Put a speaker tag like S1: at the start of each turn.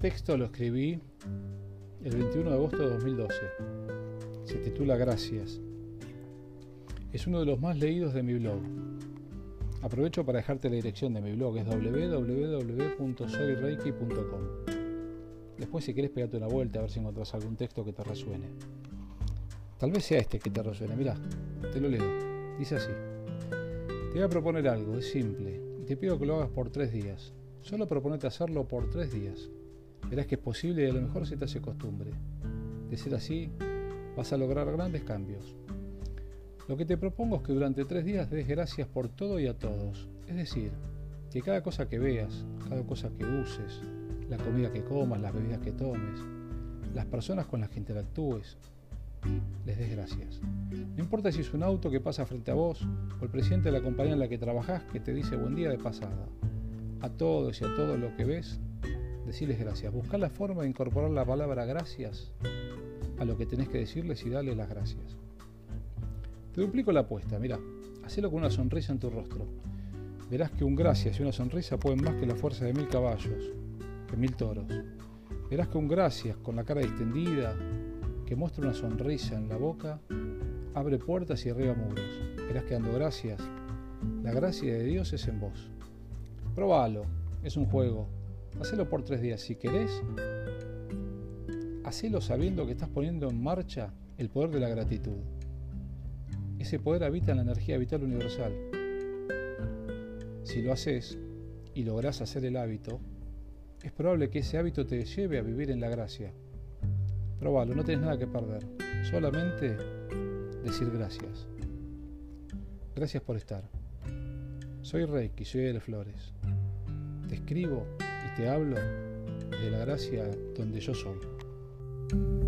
S1: texto lo escribí el 21 de agosto de 2012. Se titula Gracias. Es uno de los más leídos de mi blog. Aprovecho para dejarte la dirección de mi blog, es www.soyreiki.com. Después, si querés, pegate una vuelta a ver si encontrás algún texto que te resuene. Tal vez sea este que te resuene. Mirá, te lo leo. Dice así: te voy a proponer algo, es simple, y te pido que lo hagas por 3 días. Solo proponete hacerlo por 3 días. Verás que es posible y a lo mejor se te hace costumbre. De ser así, vas a lograr grandes cambios. Lo que te propongo es que durante 3 días des gracias por todo y a todos. Es decir, que cada cosa que veas, cada cosa que uses, la comida que comas, las bebidas que tomes, las personas con las que interactúes, les des gracias. No importa si es un auto que pasa frente a vos o el presidente de la compañía en la que trabajás que te dice buen día de pasada. A todos y a todo lo que ves, deciles gracias. Buscá la forma de incorporar la palabra gracias a lo que tenés que decirles y darles las gracias. Te duplico la apuesta, mirá, hacelo con una sonrisa en tu rostro. Verás que un gracias y una sonrisa pueden más que la fuerza de 1000 caballos, que 1000 toros. Verás que un gracias con la cara distendida, que muestra una sonrisa en la boca, abre puertas y derriba muros. Verás que dando gracias, la gracia de Dios es en vos. Probalo, es un juego. Hacelo por 3 días. Si querés, hacelo sabiendo que estás poniendo en marcha el poder de la gratitud. Ese poder habita en la energía vital universal. Si lo haces y lográs hacer el hábito, es probable que ese hábito te lleve a vivir en la gracia. Probalo, no tenés nada que perder. Solamente decir gracias. Gracias por estar. Soy Reiki, soy de Flores. Te escribo y te hablo de la gracia donde yo soy.